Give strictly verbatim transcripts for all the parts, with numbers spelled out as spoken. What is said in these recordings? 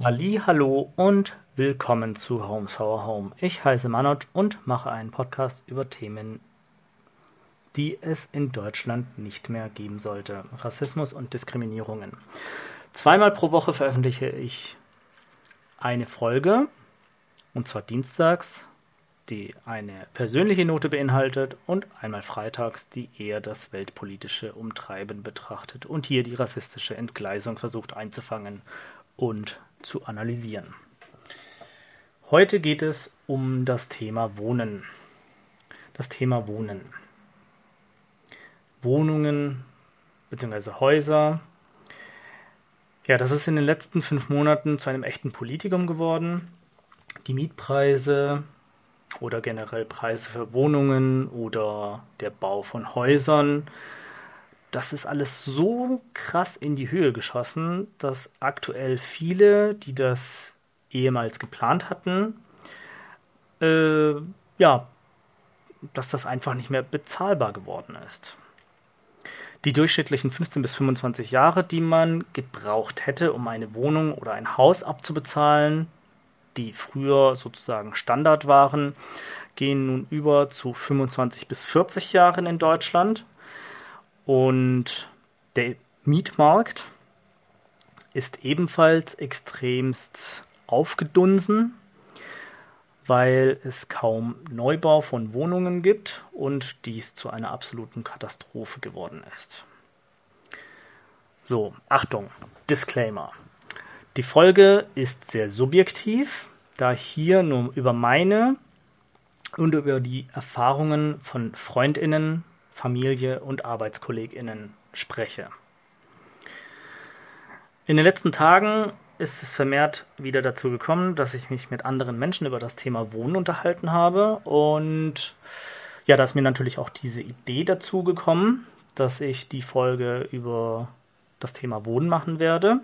Ali, hallo und willkommen zu Home Sour Home. Ich heiße Manoj und mache einen Podcast über Themen, die es in Deutschland nicht mehr geben sollte. Rassismus und Diskriminierungen. Zweimal pro Woche veröffentliche ich eine Folge, und zwar dienstags, die eine persönliche Note beinhaltet, und einmal freitags, die eher das weltpolitische Umtreiben betrachtet und hier die rassistische Entgleisung versucht einzufangen und zu analysieren. Heute geht es um das Thema Wohnen. Das Thema Wohnen. Wohnungen bzw. Häuser. Ja, das ist in den letzten fünf Monaten zu einem echten Politikum geworden. Die Mietpreise oder generell Preise für Wohnungen oder der Bau von Häusern. Das ist alles so krass in die Höhe geschossen, dass aktuell viele, die das ehemals geplant hatten, äh, ja, dass das einfach nicht mehr bezahlbar geworden ist. Die durchschnittlichen fünfzehn bis fünfundzwanzig Jahre, die man gebraucht hätte, um eine Wohnung oder ein Haus abzubezahlen, die früher sozusagen Standard waren, gehen nun über zu fünfundzwanzig bis vierzig Jahren in Deutschland. Und der Mietmarkt ist ebenfalls extremst aufgedunsen, weil es kaum Neubau von Wohnungen gibt und dies zu einer absoluten Katastrophe geworden ist. So, Achtung, Disclaimer. Die Folge ist sehr subjektiv, da ich hier nur über meine und über die Erfahrungen von FreundInnen, Familie und ArbeitskollegInnen spreche. In den letzten Tagen ist es vermehrt wieder dazu gekommen, dass ich mich mit anderen Menschen über das Thema Wohnen unterhalten habe. Und ja, da ist mir natürlich auch diese Idee dazu gekommen, dass ich die Folge über das Thema Wohnen machen werde.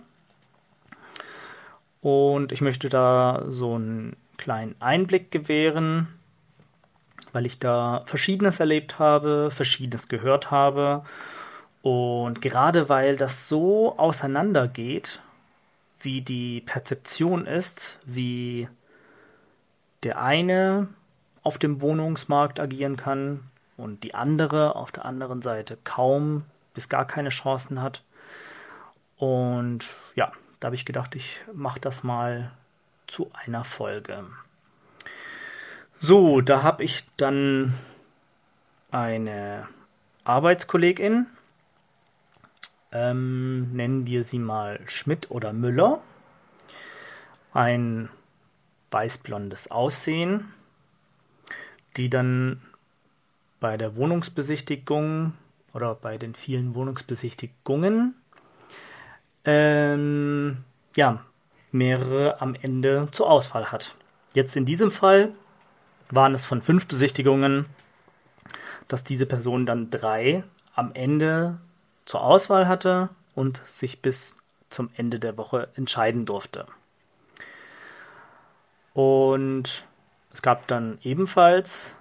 Und ich möchte da so einen kleinen Einblick gewähren, weil ich da Verschiedenes erlebt habe, Verschiedenes gehört habe. Und gerade weil das so auseinandergeht, wie die Perzeption ist, wie der eine auf dem Wohnungsmarkt agieren kann und die andere auf der anderen Seite kaum bis gar keine Chancen hat. Und ja, da habe ich gedacht, ich mache das mal zu einer Folge. So, da habe ich dann eine Arbeitskollegin, ähm, nennen wir sie mal Schmidt oder Müller, ein weißblondes Aussehen, die dann bei der Wohnungsbesichtigung oder bei den vielen Wohnungsbesichtigungen ähm, ja, mehrere am Ende zur Auswahl hat. Jetzt in diesem Fall waren es von fünf Besichtigungen, dass diese Person dann drei am Ende zur Auswahl hatte und sich bis zum Ende der Woche entscheiden durfte. Und es gab dann ebenfalls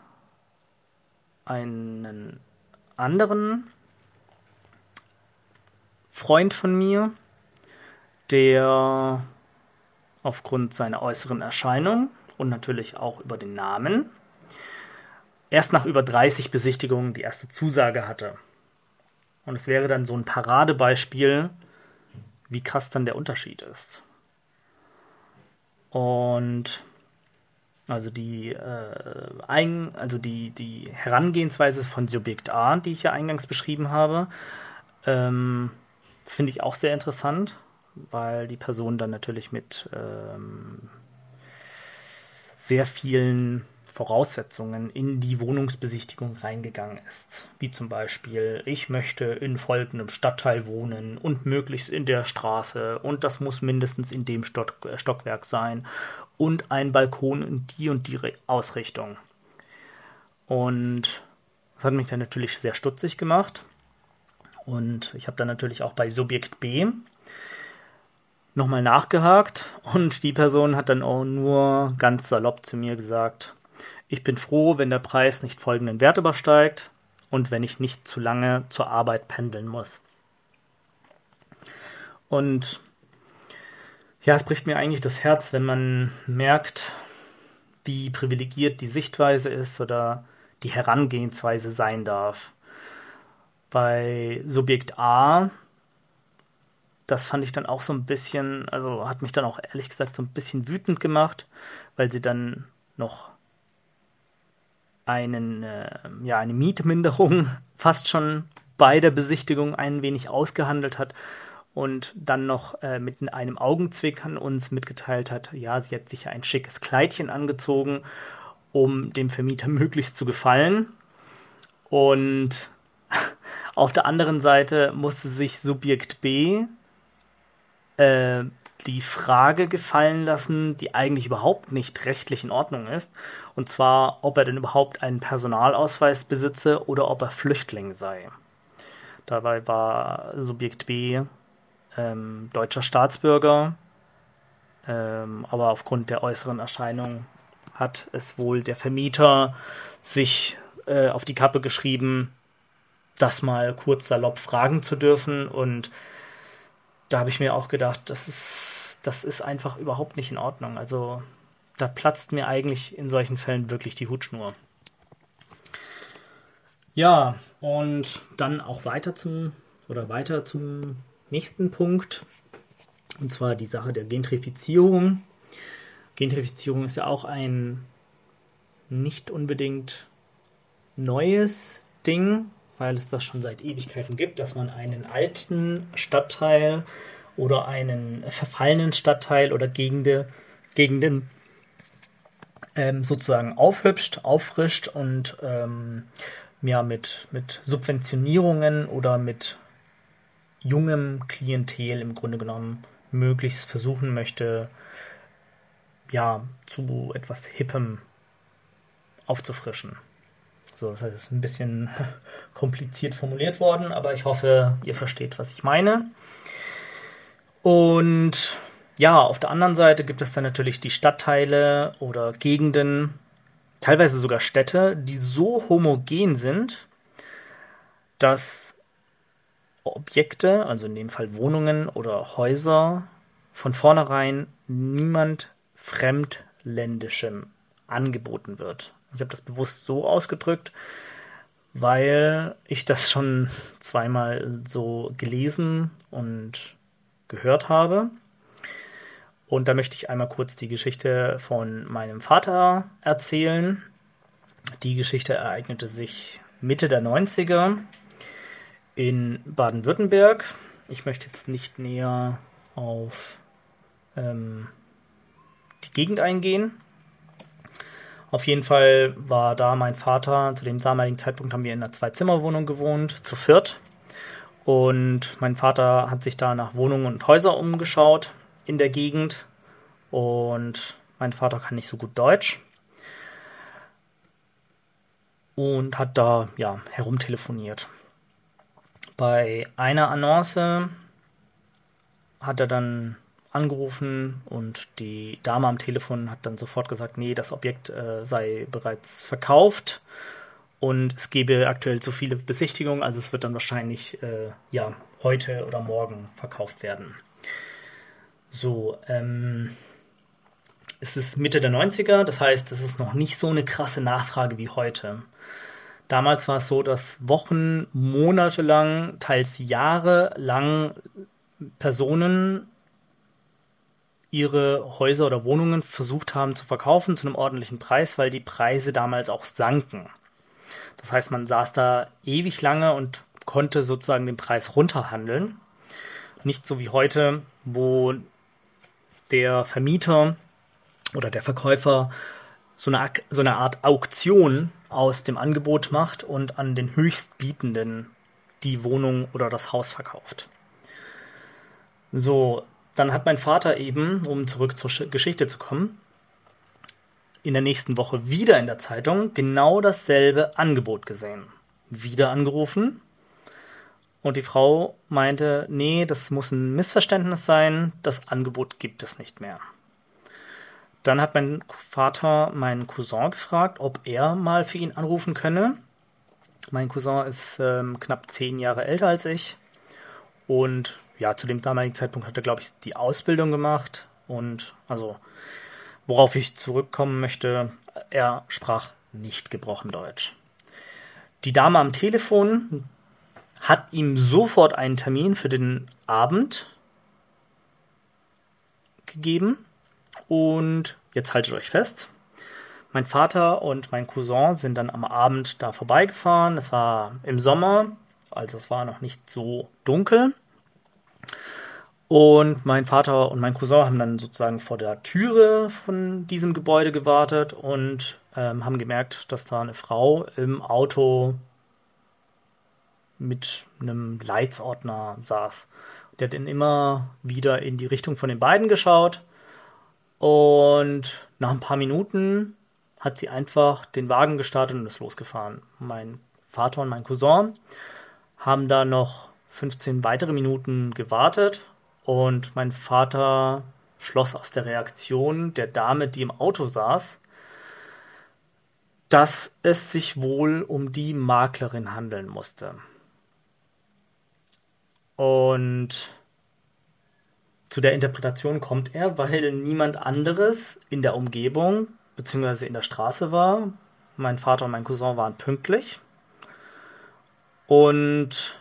einen anderen Freund von mir, der aufgrund seiner äußeren Erscheinung und natürlich auch über den Namen erst nach über dreißig Besichtigungen die erste Zusage hatte. Und es wäre dann so ein Paradebeispiel, wie krass dann der Unterschied ist. Und also die, äh, ein, also die, die Herangehensweise von Subjekt A, die ich ja eingangs beschrieben habe, ähm, finde ich auch sehr interessant, weil die Person dann natürlich mit ähm, sehr vielen Voraussetzungen in die Wohnungsbesichtigung reingegangen ist. Wie zum Beispiel, ich möchte in folgendem Stadtteil wohnen und möglichst in der Straße und das muss mindestens in dem Stock, äh, Stockwerk sein und ein Balkon in die und die Re- Ausrichtung. Und das hat mich dann natürlich sehr stutzig gemacht. Und ich habe dann natürlich auch bei Subjekt B nochmal nachgehakt und die Person hat dann auch nur ganz salopp zu mir gesagt, ich bin froh, wenn der Preis nicht folgenden Wert übersteigt und wenn ich nicht zu lange zur Arbeit pendeln muss. Und Ja, es bricht mir eigentlich das Herz, wenn man merkt, wie privilegiert die Sichtweise ist oder die Herangehensweise sein darf. Bei Subjekt A, das fand ich dann auch so ein bisschen, also hat mich dann auch ehrlich gesagt so ein bisschen wütend gemacht, weil sie dann noch einen, äh, ja, eine Mietminderung fast schon bei der Besichtigung ein wenig ausgehandelt hat und dann noch äh, mit einem Augenzwinkern uns mitgeteilt hat, ja, sie hat sich ja ein schickes Kleidchen angezogen, um dem Vermieter möglichst zu gefallen. Und auf der anderen Seite musste sich Subjekt B äh, die Frage gefallen lassen, die eigentlich überhaupt nicht rechtlich in Ordnung ist. Und zwar, ob er denn überhaupt einen Personalausweis besitze oder ob er Flüchtling sei. Dabei war Subjekt B ähm, deutscher Staatsbürger, ähm, aber aufgrund der äußeren Erscheinung hat es wohl der Vermieter sich äh, auf die Kappe geschrieben, das mal kurz salopp fragen zu dürfen. Und da habe ich mir auch gedacht, das ist, das ist einfach überhaupt nicht in Ordnung. Also da platzt mir eigentlich in solchen Fällen wirklich die Hutschnur. Ja, und dann auch weiter zum oder weiter zum nächsten Punkt, und zwar die Sache der Gentrifizierung. Gentrifizierung ist ja auch ein nicht unbedingt neues Ding, weil es das schon seit Ewigkeiten gibt, dass man einen alten Stadtteil oder einen verfallenen Stadtteil oder Gegenden, Gegenden ähm, sozusagen aufhübscht, auffrischt und ähm, ja, mit, mit Subventionierungen oder mit jungem Klientel im Grunde genommen möglichst versuchen möchte, ja, zu etwas Hippem aufzufrischen. So, das heißt, es ist ein bisschen kompliziert formuliert worden, aber ich hoffe, ihr versteht, was ich meine. Und ja, auf der anderen Seite gibt es dann natürlich die Stadtteile oder Gegenden, teilweise sogar Städte, die so homogen sind, dass Objekte, also in dem Fall Wohnungen oder Häuser, von vornherein niemand Fremdländischem angeboten wird. Ich habe das bewusst so ausgedrückt, weil ich das schon zweimal so gelesen und gehört habe. Und da möchte ich einmal kurz die Geschichte von meinem Vater erzählen. Die Geschichte ereignete sich Mitte der neunziger in Baden-Württemberg. Ich möchte jetzt nicht näher auf ähm, die Gegend eingehen. Auf jeden Fall war da mein Vater, zu dem damaligen Zeitpunkt haben wir in einer Zwei-Zimmer-Wohnung gewohnt, zu viert. Und mein Vater hat sich da nach Wohnungen und Häusern umgeschaut in der Gegend. Und mein Vater kann nicht so gut Deutsch. Und hat da ja herumtelefoniert. Bei einer Annonce hat er dann angerufen und die Dame am Telefon hat dann sofort gesagt, nee, das Objekt äh, sei bereits verkauft und es gebe aktuell zu viele Besichtigungen, also es wird dann wahrscheinlich äh, ja heute oder morgen verkauft werden. So, ähm, es ist Mitte der neunziger, das heißt, es ist noch nicht so eine krasse Nachfrage wie heute. Damals war es so, dass Wochen, Monate lang, teils Jahre lang Personen ihre Häuser oder Wohnungen versucht haben zu verkaufen zu einem ordentlichen Preis, weil die Preise damals auch sanken. Das heißt, man saß da ewig lange und konnte sozusagen den Preis runterhandeln. Nicht so wie heute, wo der Vermieter oder der Verkäufer so eine, so eine Art Auktion aus dem Angebot macht und an den Höchstbietenden die Wohnung oder das Haus verkauft. So, dann hat mein Vater eben, um zurück zur Geschichte zu kommen, in der nächsten Woche wieder in der Zeitung genau dasselbe Angebot gesehen. Wieder angerufen und die Frau meinte, nee, das muss ein Missverständnis sein, das Angebot gibt es nicht mehr. Dann hat mein Vater meinen Cousin gefragt, ob er mal für ihn anrufen könne. Mein Cousin ist ähm, knapp zehn Jahre älter als ich und ja, zu dem damaligen Zeitpunkt hat er, glaube ich, die Ausbildung gemacht, Und also, worauf ich zurückkommen möchte, er sprach nicht gebrochen Deutsch. Die Dame am Telefon hat ihm sofort einen Termin für den Abend gegeben. Und jetzt haltet euch fest. Mein Vater und mein Cousin sind dann am Abend da vorbeigefahren. Es war im Sommer, also es war noch nicht so dunkel. Und mein Vater und mein Cousin haben dann sozusagen vor der Türe von diesem Gebäude gewartet und ähm, haben gemerkt, dass da eine Frau im Auto mit einem Leitsordner saß. Der hat dann immer wieder in die Richtung von den beiden geschaut und nach ein paar Minuten hat sie einfach den Wagen gestartet und ist losgefahren. Mein Vater und mein Cousin haben da noch fünfzehn weitere Minuten gewartet und mein Vater schloss aus der Reaktion der Dame, die im Auto saß, dass es sich wohl um die Maklerin handeln musste. Und zu der Interpretation kommt er, weil niemand anderes in der Umgebung bzw. in der Straße war. Mein Vater und mein Cousin waren pünktlich. Und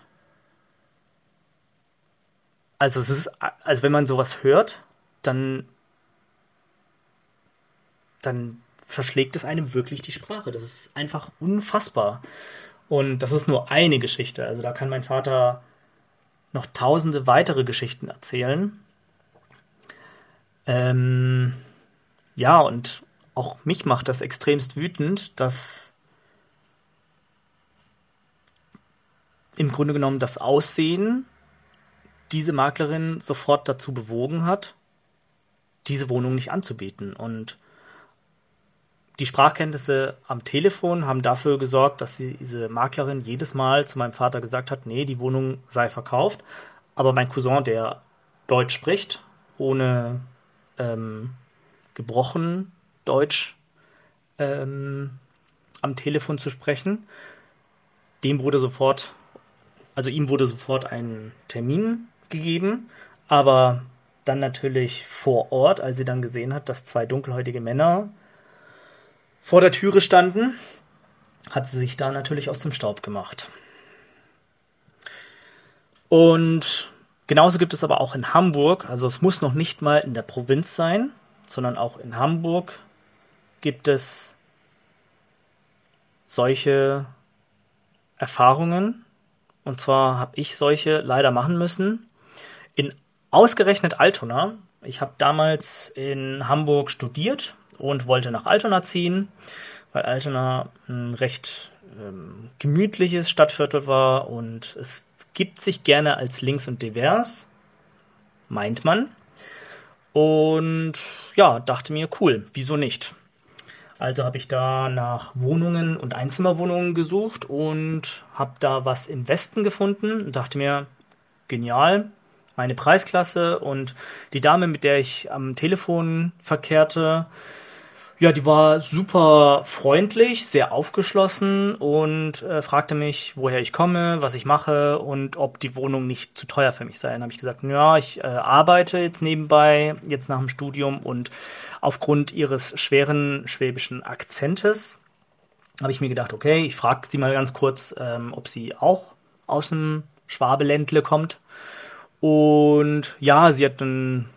also es ist, also wenn man sowas hört, dann, dann verschlägt es einem wirklich die Sprache. Das ist einfach unfassbar. Und das ist nur eine Geschichte. Also da kann mein Vater noch tausende weitere Geschichten erzählen. Ähm, ja, und auch mich macht das extremst wütend, dass im Grunde genommen das Aussehen diese Maklerin sofort dazu bewogen hat, diese Wohnung nicht anzubieten. Und die Sprachkenntnisse am Telefon haben dafür gesorgt, dass sie, diese Maklerin jedes Mal zu meinem Vater gesagt hat, nee, die Wohnung sei verkauft. Aber mein Cousin, der Deutsch spricht, ohne ähm, gebrochen Deutsch ähm, am Telefon zu sprechen, dem wurde sofort, also ihm wurde sofort ein Termin gegeben, aber dann natürlich vor Ort, als sie dann gesehen hat, dass zwei dunkelhäutige Männer vor der Türe standen, hat sie sich da natürlich aus dem Staub gemacht. Und genauso gibt es aber auch in Hamburg, also es muss noch nicht mal in der Provinz sein, sondern auch in Hamburg gibt es solche Erfahrungen. Und zwar habe ich solche leider machen müssen. In ausgerechnet Altona. Ich habe damals in Hamburg studiert und wollte nach Altona ziehen, weil Altona ein recht ähm, gemütliches Stadtviertel war und es gibt sich gerne als links und divers, meint man. Und ja, dachte mir, cool, wieso nicht? Also habe ich da nach Wohnungen und Einzimmerwohnungen gesucht und habe da was im Westen gefunden und dachte mir, genial, meine Preisklasse und die Dame, mit der ich am Telefon verkehrte, ja, die war super freundlich, sehr aufgeschlossen und äh, fragte mich, woher ich komme, was ich mache und ob die Wohnung nicht zu teuer für mich sei. Dann habe ich gesagt, ja, ich äh, arbeite jetzt nebenbei, jetzt nach dem Studium und aufgrund ihres schweren schwäbischen Akzentes habe ich mir gedacht, okay, ich frage sie mal ganz kurz, ähm, ob sie auch aus dem Schwabeländle kommt. Und ja, sie hat dann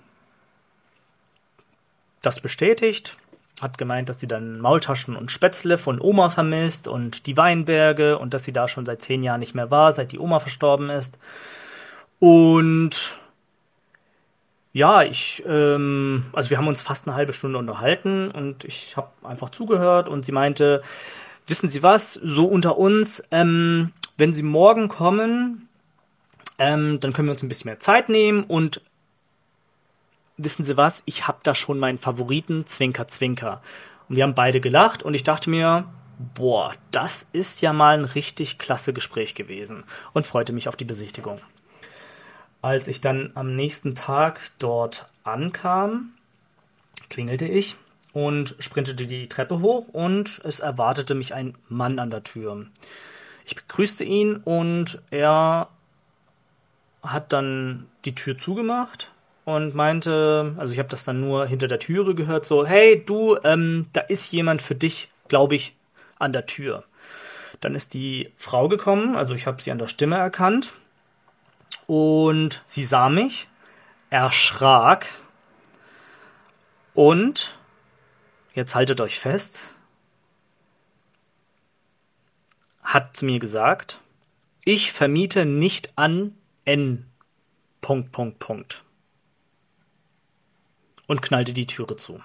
das bestätigt, hat gemeint, dass sie dann Maultaschen und Spätzle von Oma vermisst und die Weinberge und dass sie da schon seit zehn Jahren nicht mehr war, seit die Oma verstorben ist. Und ja, ich, ähm, also wir haben uns fast eine halbe Stunde unterhalten und ich habe einfach zugehört und sie meinte, wissen Sie was, so unter uns, ähm, wenn Sie morgen kommen, ähm, dann können wir uns ein bisschen mehr Zeit nehmen und wissen Sie was, ich habe da schon meinen Favoriten, Zwinker, Zwinker. Und wir haben beide gelacht und ich dachte mir, boah, das ist ja mal ein richtig klasse Gespräch gewesen und freute mich auf die Besichtigung. Als ich dann am nächsten Tag dort ankam, klingelte ich und sprintete die Treppe hoch und es erwartete mich ein Mann an der Tür. Ich begrüßte ihn und er hat dann die Tür zugemacht und meinte, also ich habe das dann nur hinter der Türe gehört, so, hey, du, ähm, da ist jemand für dich, glaube ich, an der Tür. Dann ist die Frau gekommen, also ich habe sie an der Stimme erkannt und sie sah mich, erschrak und, jetzt haltet euch fest, hat zu mir gesagt, ich vermiete nicht an N. Punkt, Punkt, Punkt. Und knallte die Türe zu.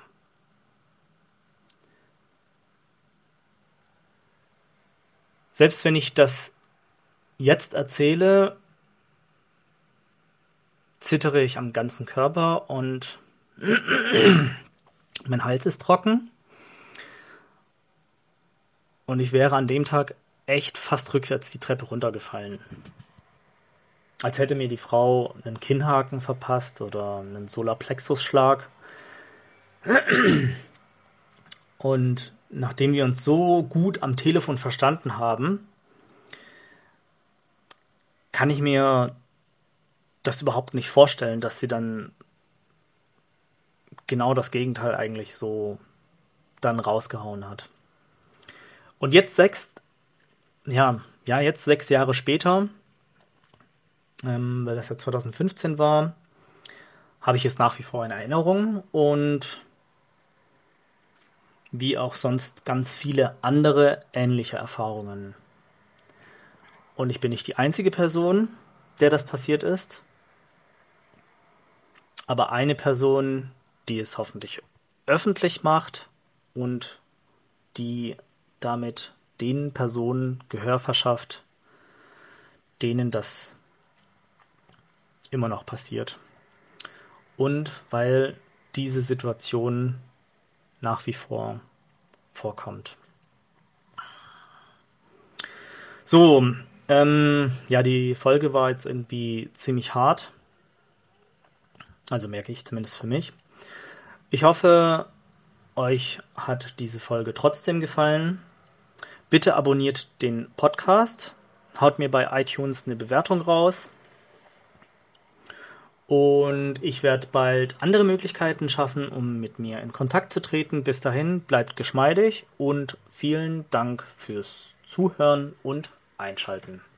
Selbst wenn ich das jetzt erzähle, zittere ich am ganzen Körper und mein Hals ist trocken. Und ich wäre an dem Tag echt fast rückwärts die Treppe runtergefallen. Als hätte mir die Frau einen Kinnhaken verpasst oder einen Solarplexus-Schlag. Und nachdem wir uns so gut am Telefon verstanden haben, kann ich mir das überhaupt nicht vorstellen, dass sie dann genau das Gegenteil eigentlich so dann rausgehauen hat. Und jetzt sechs, ja, ja, jetzt sechs Jahre später, ähm, weil das ja zwanzig fünfzehn war, habe ich es nach wie vor in Erinnerung und wie auch sonst ganz viele andere ähnliche Erfahrungen. Und ich bin nicht die einzige Person, der das passiert ist, aber eine Person, die es hoffentlich öffentlich macht und die damit den Personen Gehör verschafft, denen das immer noch passiert. Und weil diese Situation nach wie vor vorkommt. So, ähm, ja, die Folge war jetzt irgendwie ziemlich hart. Also merke ich zumindest für mich. Ich hoffe, euch hat diese Folge trotzdem gefallen. Bitte abonniert den Podcast. Haut mir bei iTunes eine Bewertung raus. Und ich werde bald andere Möglichkeiten schaffen, um mit mir in Kontakt zu treten. Bis dahin, bleibt geschmeidig und vielen Dank fürs Zuhören und Einschalten.